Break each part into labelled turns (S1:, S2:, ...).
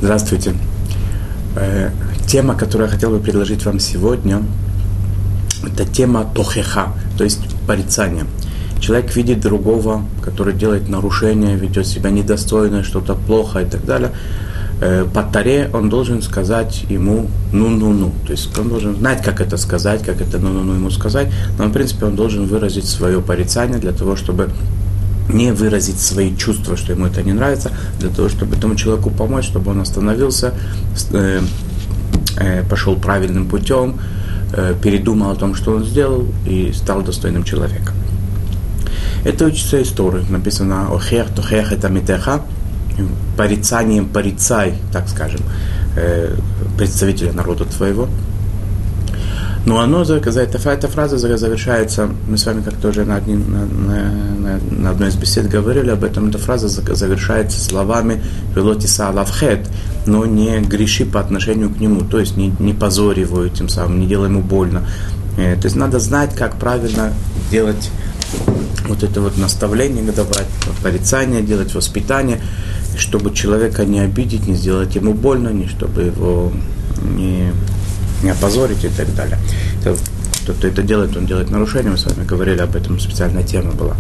S1: Здравствуйте. Тема, которую я хотел бы предложить вам сегодня, это тема тохеха, то есть порицания. Человек видит другого, который делает нарушения, ведет себя недостойно, что-то плохо и так далее. По Торе он должен сказать ему ну-ну-ну. То есть он должен знать, как это сказать, как это ну-ну-ну ему сказать. Но, в принципе, он должен выразить свое порицание для того, чтобы не выразить свои чувства, что ему это не нравится, для того, чтобы этому человеку помочь, чтобы он остановился, пошел правильным путем, передумал о том, что он сделал, и стал достойным человеком. Это учится из Торы. Написано «Охех, тохех, это митеха», порицанием порицай, так скажем, представителя народа твоего. Но эта фраза завершается, мы с вами как-то уже на одной из бесед говорили об этом, эта фраза завершается словами «Велотиса алавхет», но не греши по отношению к нему, то есть не позорь его тем самым, не делай ему больно. То есть надо знать, как правильно делать вот это вот наставление, давать порицание, делать воспитание, чтобы человека не обидеть, не сделать ему больно, не чтобы его не опозорить и так далее. Кто это делает, он делает нарушение. Мы с вами говорили об этом, специальная тема была.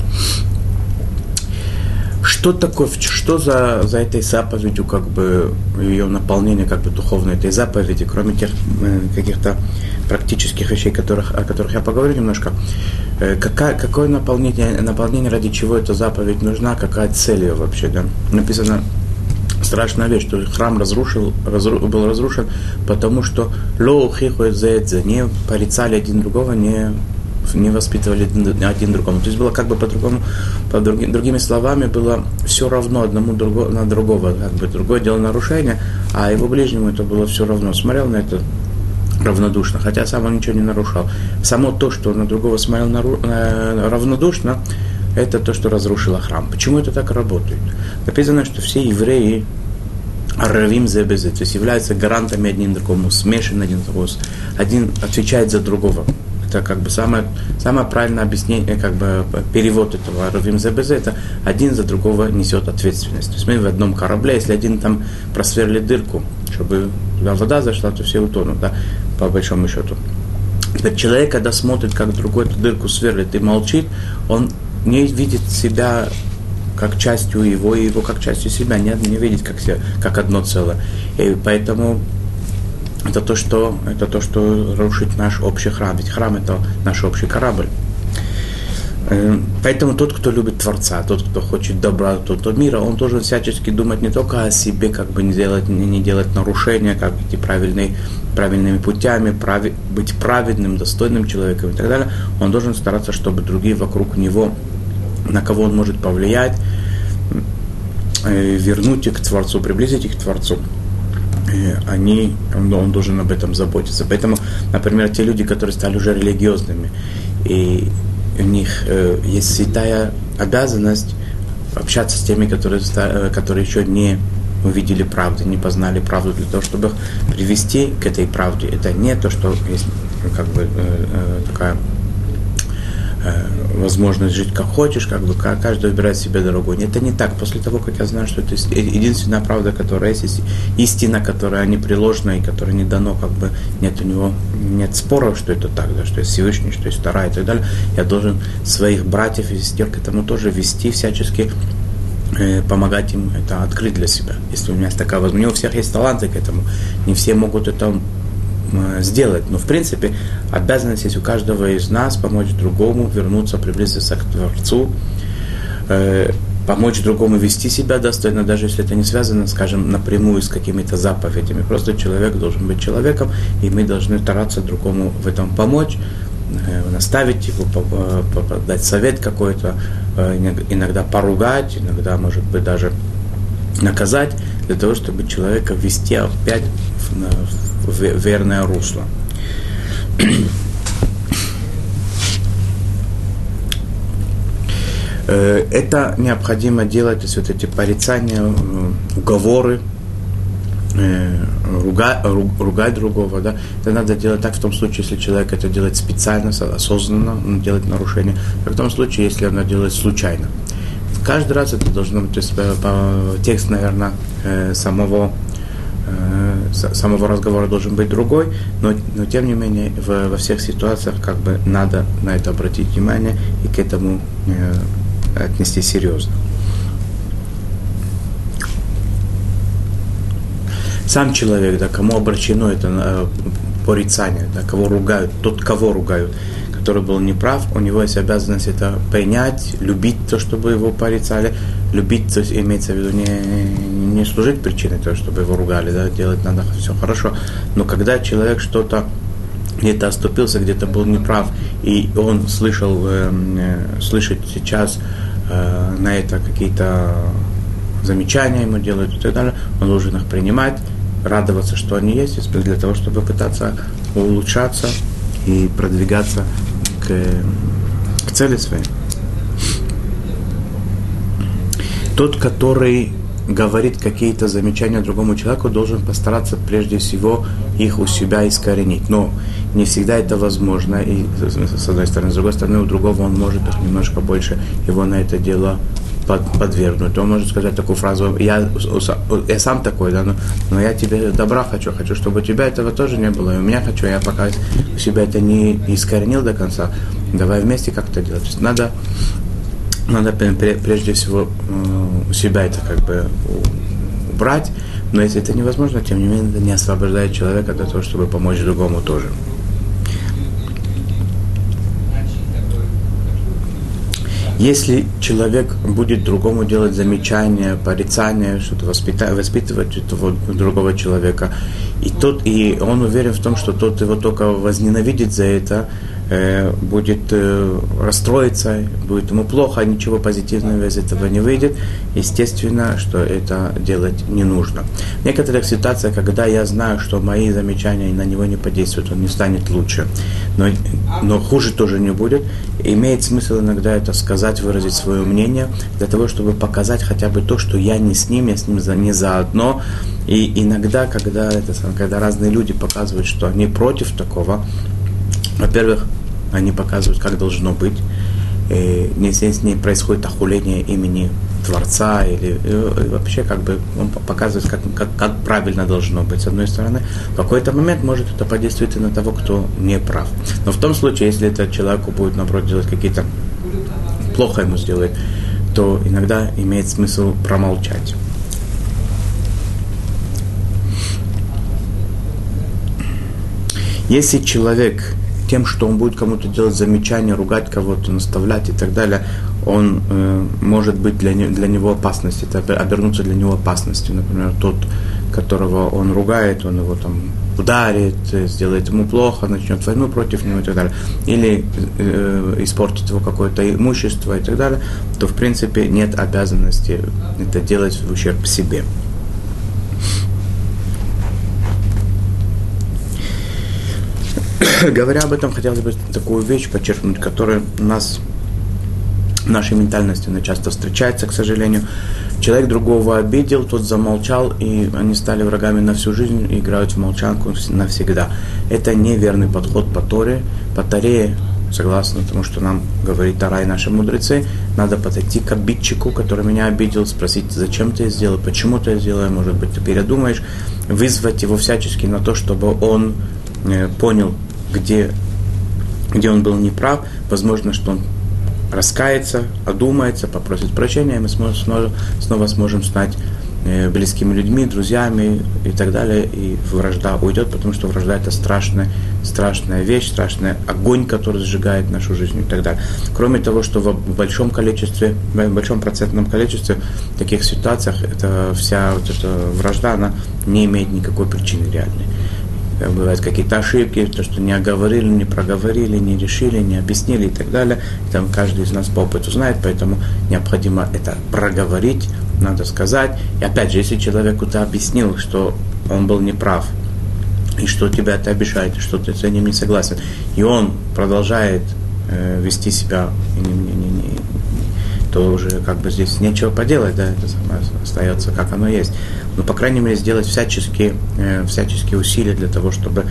S1: Что такое, что за этой заповедью, как бы, ее наполнение, как бы, духовной этой заповеди, кроме тех каких-то практических вещей, о которых я поговорю немножко, какое наполнение, ради чего эта заповедь нужна, какая цель ее вообще, да? Написано, страшная вещь, что храм был разрушен, потому что не порицали один другого, не воспитывали один другому. То есть было как бы по-другому, другими словами, было все равно одному на другого, как бы другое дело нарушение, а его ближнему это было все равно. Смотрел на это равнодушно, хотя сам он ничего не нарушал. Само то, что на другого смотрел равнодушно, это то, что разрушило храм. Почему это так работает? Написано, что все евреи арравим зебезе, то есть являются гарантами один другому, смешаны один с другим, один отвечает за другого. Это как бы самое правильное объяснение, как бы перевод этого арравим зебезе, это один за другого несет ответственность. То есть мы в одном корабле, если один там просверлит дырку, чтобы туда вода зашла, то все утонут, да, по большому счету. Теперь человек, когда смотрит, как другой эту дырку сверлит и молчит, он не видит себя как частью его, и его как частью себя, не видит как одно целое. И поэтому это то, что рушит наш общий храм. Ведь храм – это наш общий корабль. Поэтому тот, кто любит Творца, тот, кто хочет добра, тот мира, он должен всячески думать не только о себе, как бы не делать нарушения, как идти правильными путями, быть праведным, достойным человеком и так далее. Он должен стараться, чтобы другие вокруг него, на кого он может повлиять, вернуть их к Творцу, приблизить их к Творцу. Он должен об этом заботиться. Поэтому, например, те люди, которые стали уже религиозными, и у них есть святая обязанность общаться с теми, которые еще не увидели правду, не познали правду, для того, чтобы их привести к этой правде. Это не то, что есть как бы такая возможность жить как хочешь, как бы каждый выбирает себе дорогу. Это не так. После того, как я знаю, что это единственная правда, которая есть истина, которая непреложна и которая не дано, как бы нет споров, что это так, да, что есть Всевышний, что есть Тора и так далее. Я должен своих братьев и сестер к этому тоже вести, всячески помогать им это открыть для себя. Если у меня есть такая возможность, у всех есть таланты к этому, не все могут это сделать. Но в принципе обязанность есть у каждого из нас помочь другому вернуться, приблизиться к Творцу, помочь другому вести себя достойно, даже если это не связано, скажем, напрямую с какими-то заповедями. Просто человек должен быть человеком, и мы должны стараться другому в этом помочь, наставить его, дать совет какой-то, иногда поругать, иногда, может быть, даже наказать, для того, чтобы человека ввести опять в верное русло. Это необходимо делать, то есть вот эти порицания, уговоры, ругать другого, да, это надо делать так в том случае, если человек это делает специально, осознанно, он делает нарушение, а в том случае, если он это делает случайно. Каждый раз это должно быть, то есть по текст, наверное, самого самого разговора должен быть другой, но тем не менее во всех ситуациях как бы надо на это обратить внимание и к этому отнести серьезно. Сам человек, да, кому обращено это порицание, да, кого ругают, тот, кого ругают, который был неправ, у него есть обязанность это принять, любить то, чтобы его порицали, любить, то есть имеется в виду не служить причиной того, чтобы его ругали, да, делать надо все хорошо, но когда человек что-то где-то оступился, где-то был неправ, и он слышит сейчас на это какие-то замечания ему делают и так далее, он должен их принимать, радоваться, что они есть, для того, чтобы пытаться улучшаться и продвигаться к цели своей. Тот, который говорит какие-то замечания другому человеку, должен постараться прежде всего их у себя искоренить. Но не всегда это возможно, и с одной стороны, с другой стороны, у другого он может их немножко больше его на это дело подвергнуть. Он может сказать такую фразу: я сам такой, да, но я тебе добра хочу, чтобы у тебя этого тоже не было, и у меня хочу, я пока у себя это не искоренил до конца, давай вместе как-то делать. То есть надо прежде всего у себя это как бы убрать, но если это невозможно, тем не менее, это не освобождает человека для того, чтобы помочь другому тоже. Если человек будет другому делать замечания, порицания, что-то воспитывать этого другого человека, и он уверен в том, что тот его только возненавидит за это, будет расстроиться, будет ему плохо, ничего позитивного из этого не выйдет, естественно, что это делать не нужно. В некоторых ситуациях, когда я знаю, что мои замечания на него не подействуют, он не станет лучше, но хуже тоже не будет, имеет смысл иногда это сказать, выразить свое мнение, для того, чтобы показать хотя бы то, что я не с ним, я с ним не заодно. И иногда, когда разные люди показывают, что они против такого, во-первых, они показывают, как должно быть. Если не происходит охуление имени Творца, или вообще как бы он показывает, как правильно должно быть, с одной стороны. В какой-то момент может это подействовать и на того, кто не прав. Но в том случае, если этот человеку будет, наоборот, делать какие-то... плохо ему сделает, то иногда имеет смысл промолчать. Если человек тем, что он будет кому-то делать замечания, ругать кого-то, наставлять и так далее, он может быть для него опасностью, это обернуться для него опасностью. Например, тот, которого он ругает, он его там ударит, сделает ему плохо, начнет войну против него и так далее, или испортит его какое-то имущество и так далее, то в принципе нет обязанности это делать в ущерб себе. Говоря об этом, хотелось бы такую вещь подчеркнуть, которая у нас в нашей ментальности она часто встречается, к сожалению. Человек другого обидел, тот замолчал, и они стали врагами на всю жизнь, и играют в молчанку навсегда. Это неверный подход по Торе. По Торе, согласно тому, что нам говорит Тора и наши мудрецы, надо подойти к обидчику, который меня обидел, спросить, зачем ты это сделал, почему ты это сделал, может быть, ты передумаешь, вызвать его всячески на то, чтобы он понял, где он был неправ, возможно, что он раскается, одумается, попросит прощения, и мы снова сможем стать близкими людьми, друзьями и так далее, и вражда уйдет, потому что вражда — это страшная вещь, страшный огонь, который сжигает нашу жизнь и так далее. Кроме того, что в большом процентном количестве таких ситуациях вся эта вражда, она не имеет никакой причины реальной. Бывают какие-то ошибки, то, что не оговорили, не проговорили, не решили, не объяснили и так далее. И там каждый из нас по опыту знает, поэтому необходимо это проговорить, надо сказать. И опять же, если человеку ты объяснил, что он был неправ, и что тебя это обижает, и что ты с этим не согласен, и он продолжает вести себя, то уже как бы здесь нечего поделать, да, это остается как оно есть. Но, по крайней мере, сделать всяческие усилия для того, чтобы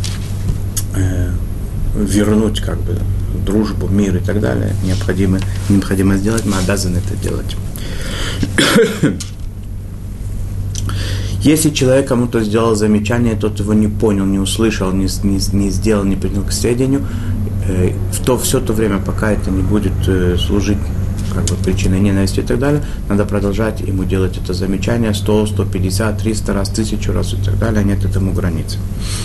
S1: вернуть как бы дружбу, мир и так далее. Необходимо сделать, мы обязаны это делать.
S2: Если человек кому-то сделал замечание, тот его не понял, не услышал, не сделал, не принял к сведению, все то время, пока это не будет служить как бы причиной ненависти и так далее, надо продолжать ему делать это замечание 100, 150, 300 раз, 1000 раз и так далее, нет этому границы.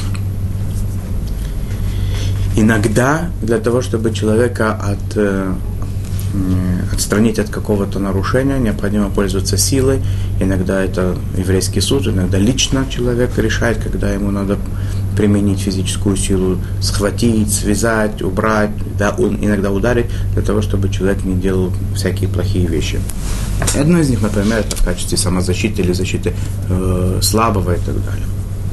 S2: Иногда для того, чтобы человека отстранить от какого-то нарушения, необходимо пользоваться силой. Иногда это еврейский суд, иногда лично человек решает, когда ему надо применить физическую силу, схватить, связать, убрать, иногда ударить, для того, чтобы человек не делал всякие плохие вещи. Одно из них, например, это в качестве самозащиты или защиты слабого и так далее.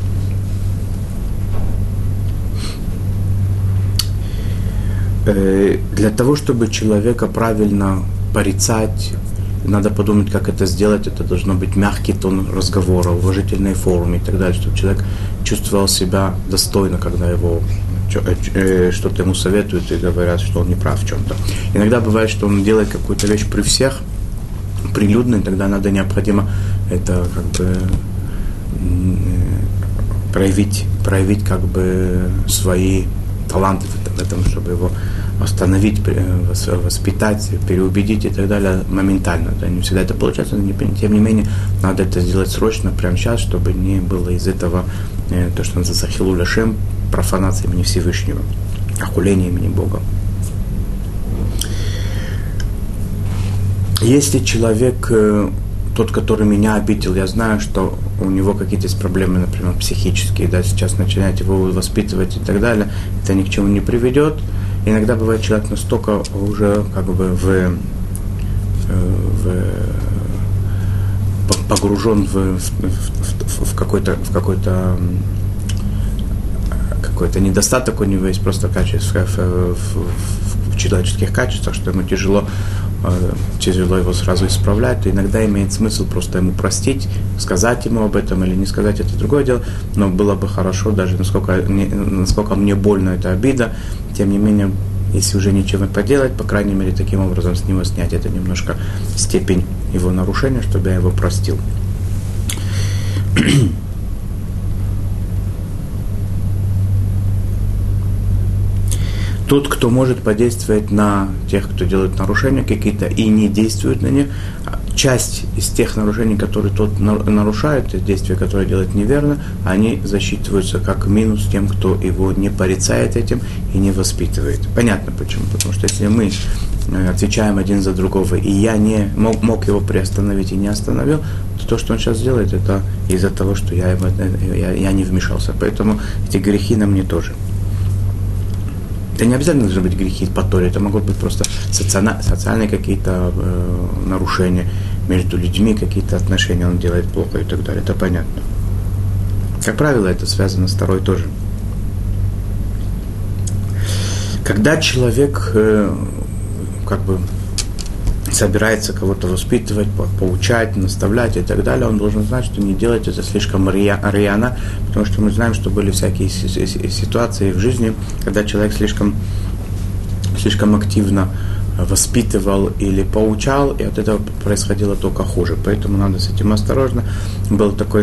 S2: Для того, чтобы человека правильно порицать, надо подумать, как это сделать. Это должно быть мягкий тон разговора, уважительной форме и так далее, чтобы человек чувствовал себя достойно, когда его что-то ему советуют и говорят, что он не прав в чем-то. Иногда бывает, что он делает какую-то вещь при всех, прилюдно, и тогда необходимо это как бы проявить как бы свои таланты в этом, чтобы его остановить, воспитать, переубедить и так далее моментально. Да, не всегда это получается, но тем не менее надо это сделать срочно, прямо сейчас, чтобы не было из этого то, что называется хилуль ашем, профанация имени Всевышнего, охуление имени Бога. Если человек, тот, который меня обидел, я знаю, что у него какие-то есть проблемы, например, психические, да, сейчас начинать его воспитывать и так далее, это ни к чему не приведет. Иногда бывает, человек настолько уже как бы погружен в какой-то недостаток у него есть просто качество в человеческих качествах, что ему тяжело его сразу исправлять, то иногда имеет смысл просто ему простить, сказать ему об этом или не сказать, это другое дело, но было бы хорошо, даже насколько мне больно эта обида, тем не менее, если уже ничего не поделать, по крайней мере, таким образом с него снять это немножко степень его нарушения, чтобы я его простил. Тот, кто может подействовать на тех, кто делает нарушения какие-то и не действует на них, часть из тех нарушений, которые тот нарушает, действия, которые делает неверно, они засчитываются как минус тем, кто его не порицает этим и не воспитывает. Понятно почему. Потому что если мы отвечаем один за другого, и я не мог его приостановить и не остановил, то, что он сейчас делает, это из-за того, что я не вмешался. Поэтому эти грехи на мне тоже. Это не обязательно должны быть грехи по Торе, это могут быть просто социальные какие-то нарушения между людьми, какие-то отношения он делает плохо и так далее. Это понятно. Как правило, это связано с Торой тоже. Когда человек как бы собирается кого-то воспитывать, поучать, наставлять и так далее, он должен знать, что не делать это слишком рьяно, потому что мы знаем, что были всякие ситуации в жизни, когда человек слишком активно воспитывал или поучал, и от этого происходило только хуже. Поэтому надо с этим осторожно. Был такой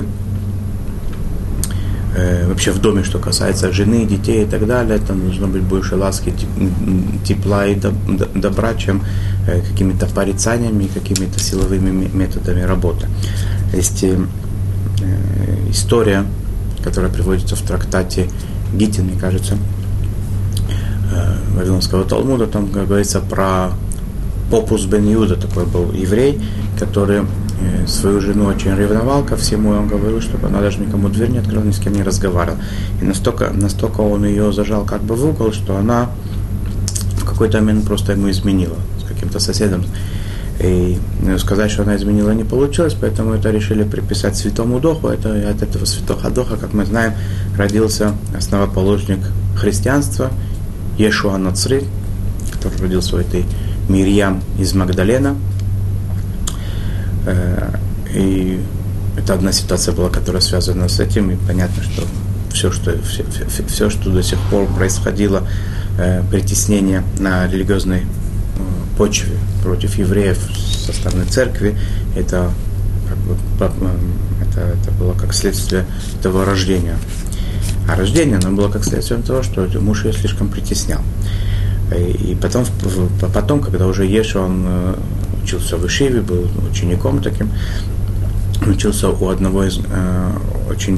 S2: вообще в доме, что касается жены, детей и так далее, там должно быть больше ласки, тепла и добра, чем какими-то порицаниями, какими-то силовыми методами работы. Есть история, которая приводится в трактате Гитин, мне кажется, Вавилонского Талмуда, там говорится про Попус бен Юда, такой был еврей, который свою жену очень ревновал ко всему, и он говорил, чтобы она даже никому дверь не открыла, ни с кем не разговаривала. И настолько он ее зажал как бы в угол, что она в какой-то момент просто ему изменила с каким-то соседом. И сказать, что она изменила, не получилось, поэтому это решили приписать святому Духу. Это от этого святого Духа, как мы знаем, родился основоположник христианства Иешуа Нацри, который родился у этой Мирьям из Магдалена. И это одна ситуация была, которая связана с этим, и понятно, что все, что до сих пор происходило, притеснение на религиозной почве против евреев со стороны церкви, это было как как следствие этого рождения. А рождение, оно было как следствие того, что муж ее слишком притеснял. И потом, когда уже Ешу, он учился в Ишиве, был учеником таким, учился у одного из очень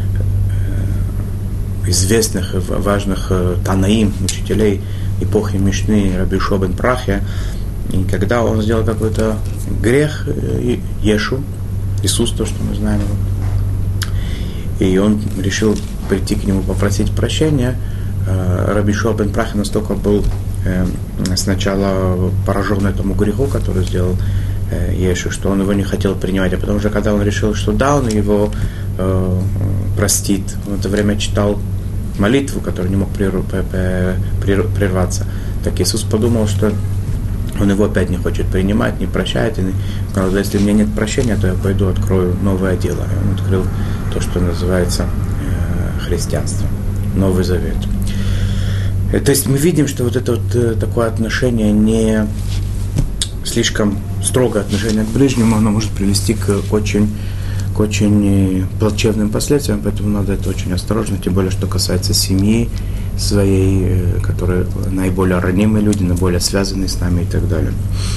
S2: известных и важных танаим, учителей эпохи Мишны, Раби Йошуа бен Прахия. И когда он сделал какой-то грех, Ешу, Иисус, то, что мы знаем его, и он решил прийти к нему попросить прощения, Раби Йошуа бен Прахия настолько был сначала поражен этому греху, который сделал Ешу, что он его не хотел принимать, а потом уже, когда он решил, что да, он его простит, он в это время читал молитву, которая не мог прерваться, так Иисус подумал, что он его опять не хочет принимать, не прощает, и сказал, если у меня нет прощения, то я пойду открою новое дело. И он открыл то, что называется христианство, Новый Завет. То есть мы видим, что вот это вот такое отношение, не слишком строгое отношение к ближнему, оно может привести к очень плачевным последствиям, поэтому надо это очень осторожно, тем более, что касается семьи своей, которые наиболее ранимые люди, наиболее связанные с нами и так далее.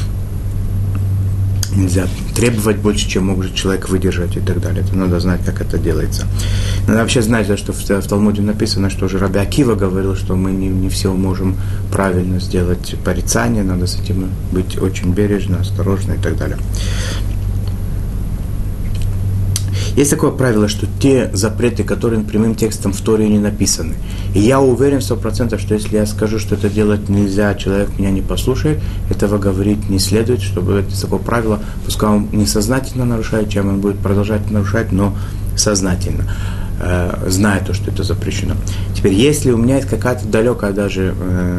S2: Нельзя требовать больше, чем может человек выдержать и так далее. Это надо знать, как это делается. Надо вообще знать, что в Талмуде написано, что уже Раби Акива говорил, что мы не все можем правильно сделать порицание, надо с этим быть очень бережно, осторожно и так далее. Есть такое правило, что те запреты, которые прямым текстом в Торе не написаны, и я уверен 100%, что если я скажу, что это делать нельзя, человек меня не послушает, этого говорить не следует, чтобы это такое правило, пускай он несознательно нарушает, чем он будет продолжать нарушать, но сознательно, зная то, что это запрещено. Теперь, если у меня есть какая-то далекая даже,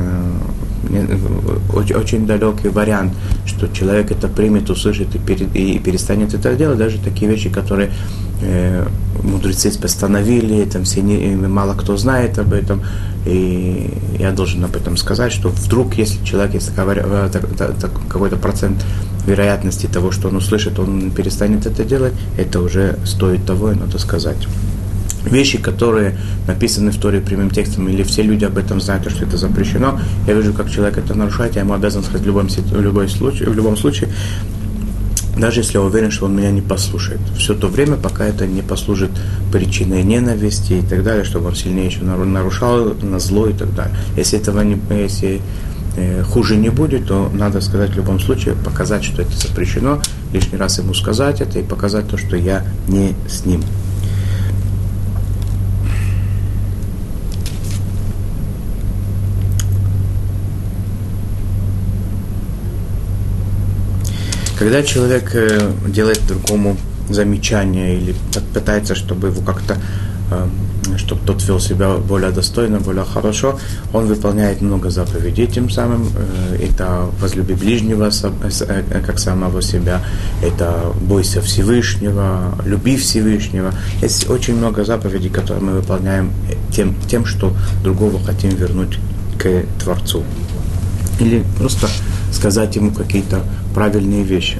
S2: очень далекий вариант, что человек это примет, услышит и перестанет это делать, даже такие вещи, которые мудрецы постановили, там мало кто знает об этом, и я должен об этом сказать, что вдруг, если человек есть какой-то процент вероятности того, что он услышит, он перестанет это делать, это уже стоит того, и надо сказать. Вещи, которые написаны в Торе прямым текстом, или все люди об этом знают, что это запрещено, я вижу, как человек это нарушает, я ему обязан сказать в любом случае, даже если я уверен, что он меня не послушает. Все то время, пока это не послужит причиной ненависти и так далее, чтобы он сильнее еще нарушал на зло и так далее. Если хуже не будет, то надо сказать в любом случае, показать, что это запрещено, лишний раз ему сказать это и показать то, что я не с ним. Когда человек делает другому замечание или пытается, чтобы его как-то, чтобы тот вел себя более достойно, более хорошо, он выполняет много заповедей тем самым. Это возлюби ближнего, как самого себя, это бойся Всевышнего, люби Всевышнего. Есть очень много заповедей, которые мы выполняем тем, что другого хотим вернуть к Творцу. Или просто сказать ему какие-то правильные вещи.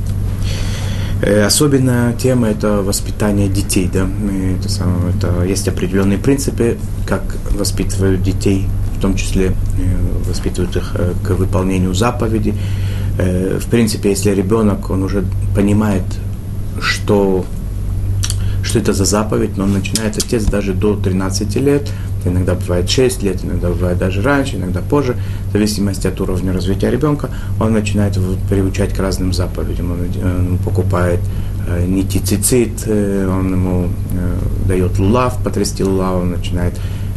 S2: Особенная тема – это воспитание детей. Да? Это есть определенные принципы, как воспитывают детей, в том числе воспитывают их к выполнению заповедей. В принципе, если ребенок, он уже понимает, что это за заповедь, но он начинает отец даже до 13 лет, иногда бывает 6 лет, иногда бывает даже раньше, иногда позже, в зависимости от уровня развития ребенка, он начинает его приучать к разным заповедям. Он ему покупает нити цицит, он ему дает лулав, потрясти лулав, он начинает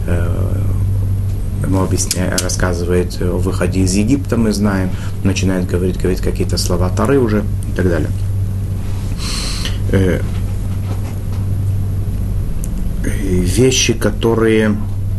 S2: ему рассказывает о выходе из Египта, мы знаем, начинает говорить какие-то слова Торы уже и так далее. Вещи, которые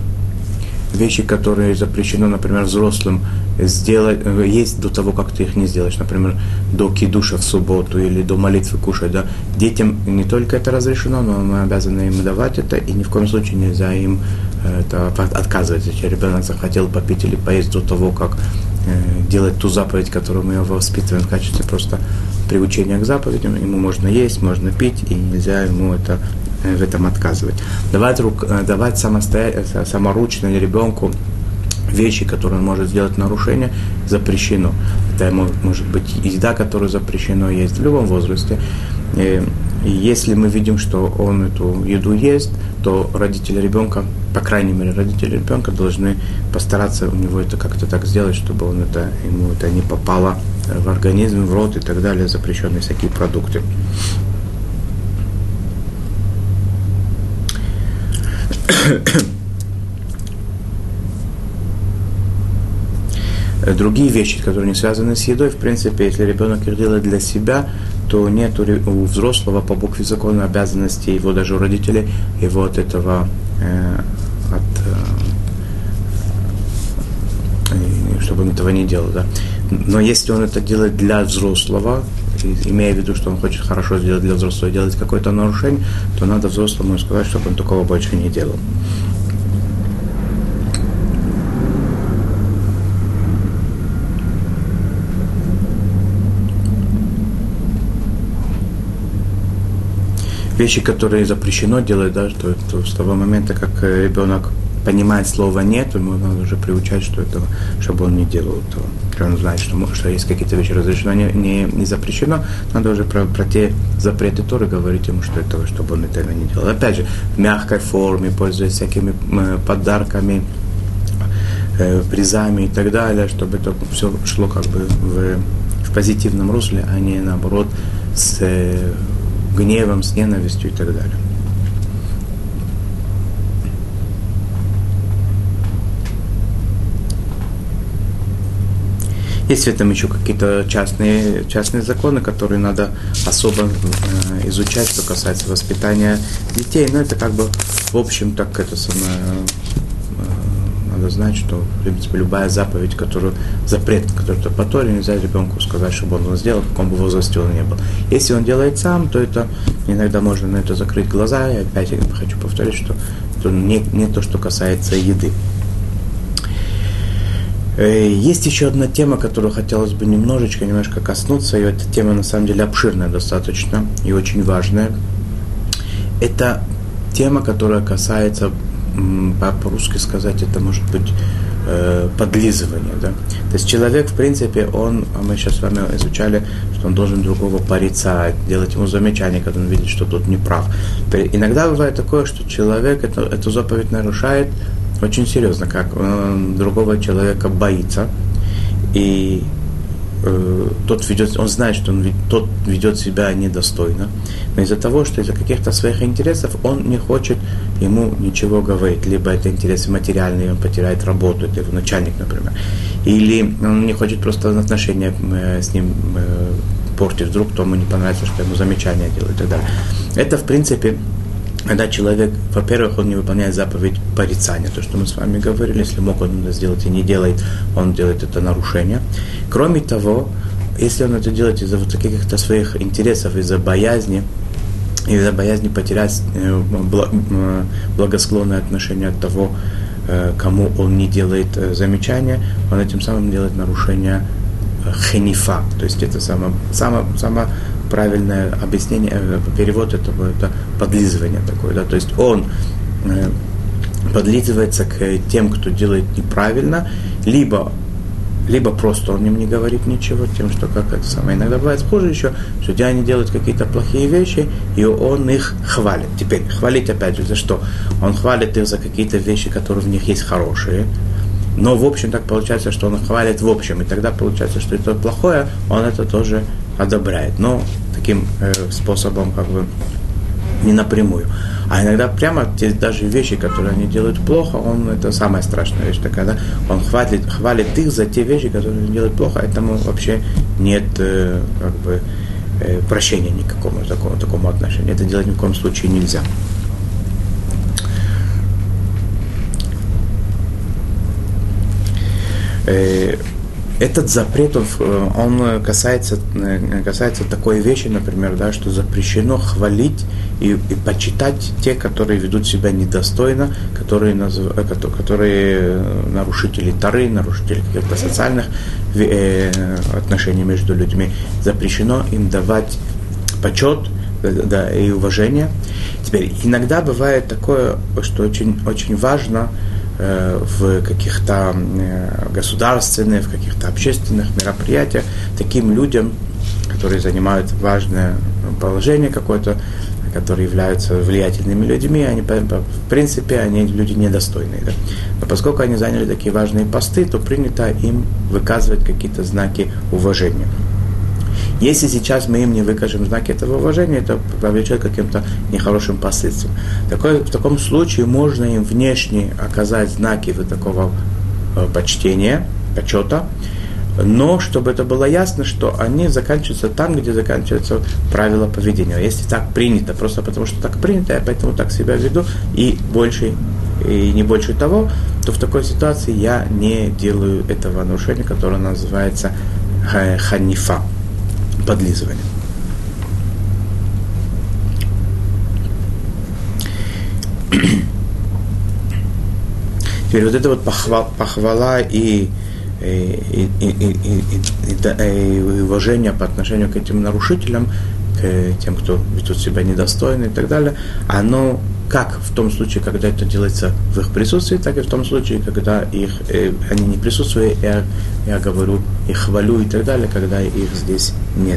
S2: запрещено, например, взрослым сделать, есть до того, как ты их не сделаешь, например, до кидуша в субботу или до молитвы кушать, да. Детям не только это разрешено, но мы обязаны им давать это, и ни в коем случае нельзя им это отказывать. Если ребенок захотел попить или поесть до того, как делать ту заповедь, которую мы его воспитываем в качестве просто приучения к заповедям, ему можно есть, можно пить, и нельзя ему это в этом отказывать. Давать саморучно ребенку вещи, которые он может сделать нарушение, запрещено. Это может быть еда, которая запрещено есть в любом возрасте. И если мы видим, что он эту еду ест, то родители ребенка, по крайней мере, родители ребенка должны постараться у него это как-то так сделать, чтобы ему это не попало в организм, в рот и так далее, запрещенные всякие продукты. Другие вещи, которые не связаны с едой, в принципе, если ребенок их делает для себя, то нет у взрослого по букве закона обязанности, его даже у родителей, его от этого, чтобы он этого не делал. Да. Но если он это делает для взрослого, имея в виду, что он хочет хорошо сделать для взрослого и делать какое-то нарушение, то надо взрослому сказать, чтобы он такого больше не делал. Вещи, которые запрещено делать, да, что с того момента, как ребенок понимает слово «нет», ему надо уже приучать, чтобы он не делал этого. Он знает, что есть какие-то вещи разрешено, не запрещено, надо уже про те запреты Торы говорить ему, чтобы он этого не делал. Опять же, в мягкой форме, пользуясь всякими подарками, призами и так далее, чтобы это все шло как бы в позитивном русле, а не наоборот с гневом, с ненавистью и так далее. Есть в этом еще какие-то частные законы, которые надо особо изучать, что касается воспитания детей. Но это как бы, в общем, так это самое, надо знать, что, в принципе, любая заповедь, запрет, который по Торе, нельзя ребенку сказать, чтобы он сделал, в каком бы возрасте он ни был. Если он делает сам, то это иногда можно на это закрыть глаза. И опять я хочу повторить, что это не то, что касается еды. Есть еще одна тема, которую хотелось бы немножко коснуться, и эта тема на самом деле обширная достаточно и очень важная. Это тема, которая касается, по-русски сказать, это может быть подлизывание. Да? То есть человек, в принципе, мы сейчас с вами изучали, что он должен другого порицать, делать ему замечания, когда он видит, что тот не прав. Иногда бывает такое, что человек эту заповедь нарушает очень серьезно, как другого человека боится, и он знает, что тот ведет себя недостойно, но из-за того, что из-за каких-то своих интересов он не хочет ему ничего говорить, либо это интересы материальные, он потеряет работу, это его начальник, например, или он не хочет просто отношения с ним портить, вдруг тому не понравится, что ему замечания делают и так далее. Это, в принципе, когда человек, во-первых, он не выполняет заповедь порицания, то, что мы с вами говорили, если мог он это сделать и не делает, он делает это нарушение. Кроме того, если он это делает из-за вот каких-то своих интересов, из-за боязни потерять благосклонное отношение от того, кому он не делает замечания, он этим самым делает нарушение хенифа, то есть это самое правильное объяснение, перевод этого, это подлизывание такое, да, то есть он подлизывается к тем, кто делает неправильно, либо просто он им не говорит ничего, тем, что как это самое. Иногда бывает хуже еще, что они делают какие-то плохие вещи, и он их хвалит. Теперь, хвалить опять же за что? Он хвалит их за какие-то вещи, которые в них есть хорошие, но в общем так получается, что он их хвалит в общем, и тогда получается, что это плохое, он это тоже одобряет, но таким способом как бы не напрямую. А иногда прямо те даже вещи, которые они делают плохо, это самая страшная вещь такая, да? Он хвалит их за те вещи, которые они делают плохо, этому вообще нет как бы прощения никакому такому отношению. Это делать ни в коем случае нельзя. Этот запрет, он касается такой вещи, например, да, что запрещено хвалить и почитать тех, которые ведут себя недостойно, которые нарушители Торы, нарушители каких-то социальных отношений между людьми. Запрещено им давать почет, да, и уважение.
S1: Теперь, иногда бывает такое, что очень, очень важно в каких-то государственных, в каких-то общественных мероприятиях таким людям, которые занимают важное положение какое-то, которые являются влиятельными людьми, они, в принципе, они люди недостойные. Да? Но поскольку они заняли такие важные посты, то принято им выказывать какие-то знаки уважения. Если сейчас мы им не выкажем знаки этого уважения, это повлечет каким-то нехорошим последствиям. В таком случае можно им внешне оказать знаки такого почтения, почета, но чтобы это было ясно, что они заканчиваются там, где заканчиваются правила поведения. Если так принято, просто потому что так принято, я поэтому так себя веду, и не больше того, то в такой ситуации я не делаю этого нарушения, которое называется ханифа, подлизывание. Теперь вот это вот похвала и уважение по отношению к этим нарушителям, к тем, кто ведут себя недостойно и так далее, оно как в том случае, когда это делается в их присутствии, так и в том случае, когда они не присутствуют, я говорю, их хвалю и так далее, когда их здесь нет.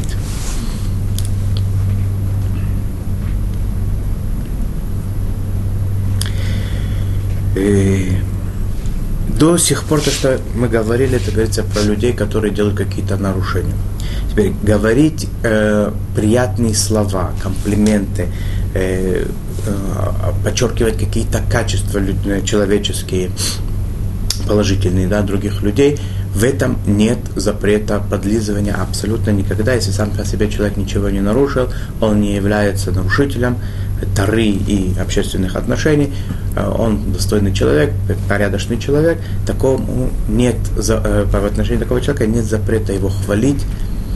S1: До сих пор то, что мы говорили, это говорится про людей, которые делают какие-то нарушения. Теперь говорить приятные слова, комплименты, подчеркивать какие-то качества человеческие, положительные, да, других людей, в этом нет запрета подлизывания абсолютно никогда. Если сам по себе человек ничего не нарушил, он не является нарушителем Торы и общественных отношений, он достойный человек, порядочный человек, такому нет, в отношении такого человека нет запрета его хвалить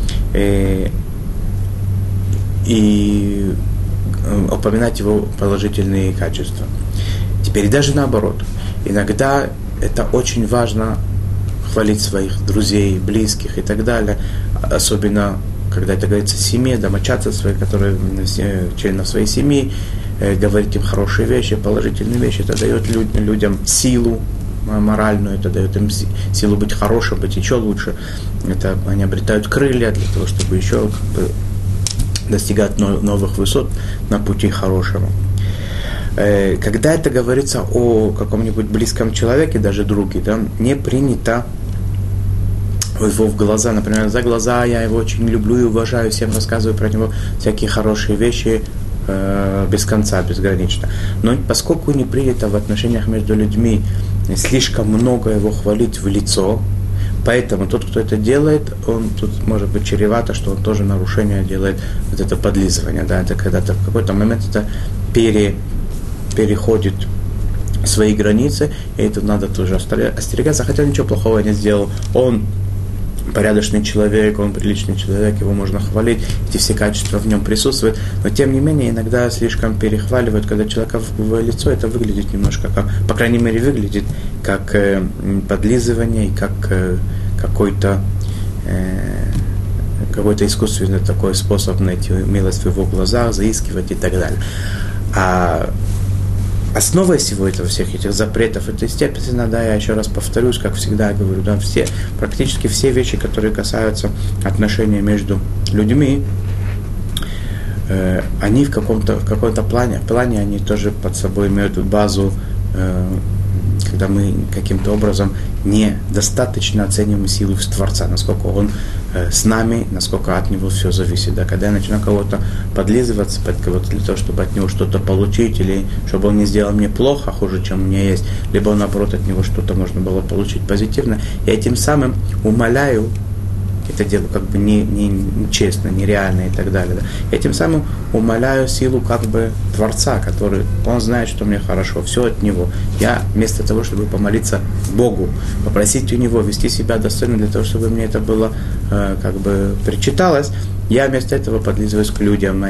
S1: и упоминать его положительные качества. Теперь даже наоборот, иногда это очень важно хвалить своих друзей, близких и так далее, особенно когда это говорится о семье, домочадцев своих, которые членов своей семьи, говорить им хорошие вещи, положительные вещи, это дает людям силу моральную, это дает им силу быть хорошим, быть еще лучше. Это они обретают крылья для того, чтобы еще достигать новых высот на пути хорошему. Когда это говорится о каком-нибудь близком человеке, даже друге, да, не принято его в глаза, например, за глаза я его очень люблю и уважаю, всем рассказываю про него всякие хорошие вещи без конца, безгранично. Но поскольку не принято в отношениях между людьми слишком много его хвалить в лицо, поэтому тот, кто это делает, он тут может быть чревато, что он тоже нарушение делает, вот это подлизывание, да, это когда-то в какой-то момент это переходит свои границы, и это надо тоже остерегаться, хотя ничего плохого не сделал. Он порядочный человек, он приличный человек, его можно хвалить, эти все качества в нем присутствуют, но тем не менее иногда слишком перехваливают, когда человека в лицо это выглядит немножко как, по крайней мере выглядит как подлизывание и как какой-то искусственный такой способ найти милость в его глазах, заискивать и так далее. А основой всего этого, всех этих запретов, это, естественно, да, я еще раз повторюсь, как всегда говорю, да, практически все вещи, которые касаются отношений между людьми, они в каком-то плане они тоже под собой имеют базу, когда мы каким-то образом недостаточно оцениваем силу Творца, насколько он с нами, насколько от него все зависит. Да? Когда я начинаю кого-то подлизываться под кого-то для того, чтобы от него что-то получить, или чтобы он не сделал мне плохо, хуже, чем у меня есть, либо наоборот от него что-то можно было получить позитивно, я тем самым умаляю это дело как бы нечестно, нереально и так далее. Да. Я тем самым умаляю силу как бы Творца, который, он знает, что мне хорошо, все от него. Я вместо того, чтобы помолиться Богу, попросить у него вести себя достойно для того, чтобы мне это было как бы причиталось, я вместо этого подлизываюсь к людям,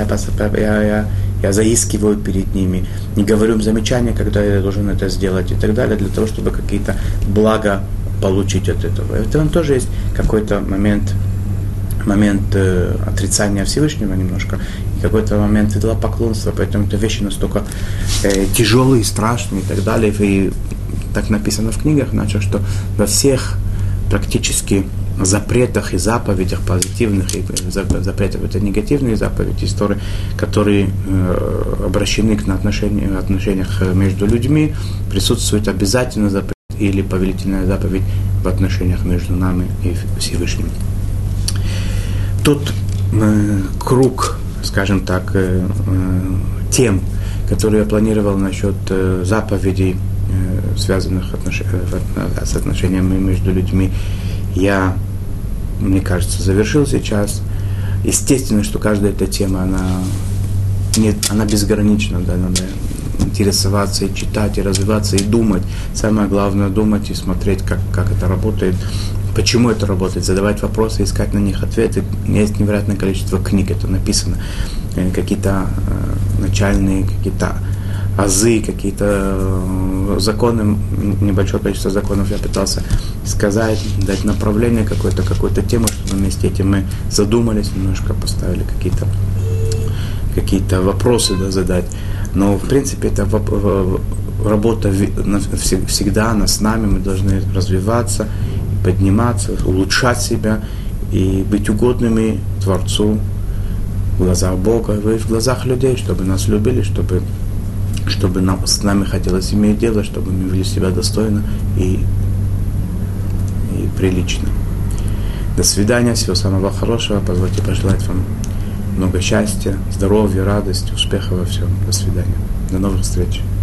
S1: я заискиваю перед ними, не говорю им замечания, когда я должен это сделать и так далее, для того, чтобы какие-то блага получить от этого. В этом тоже есть какой-то момент отрицания Всевышнего немножко.
S2: в какой-то момент идолопоклонство, поэтому это вещи настолько тяжелые, страшные и так далее. И так написано в книгах, значит, что во всех практически запретах и заповедях позитивных, и запретах это негативные заповеди, которые обращены к отношениях между людьми, присутствует обязательно запрет или повелительная заповедь в отношениях между нами и Всевышним. Тут круг, скажем так, тем, которые я планировал насчет заповедей, связанных с отношениями между людьми, мне кажется, завершил сейчас. Естественно, что каждая эта тема, она безгранична, да, надо интересоваться и читать, и развиваться, и думать. Самое главное думать и смотреть, как это работает, почему это работает, задавать вопросы, искать на них ответы. Есть невероятное количество книг, это написано, какие-то начальные, какие-то азы, какие-то законы, небольшое количество законов я пытался сказать, дать направление какой-то тему, что на месте этим мы задумались, немножко поставили какие-то вопросы, да, задать. Но, в принципе, это работа всегда, она с нами, мы должны развиваться, подниматься, улучшать себя и быть угодными Творцу в глазах Бога и в глазах людей, чтобы нас любили, чтобы с нами хотелось иметь дело, чтобы мы вели себя достойно и прилично. До свидания, всего самого хорошего. Позвольте пожелать вам много счастья, здоровья, радости, успеха во всем. До свидания. До новых встреч.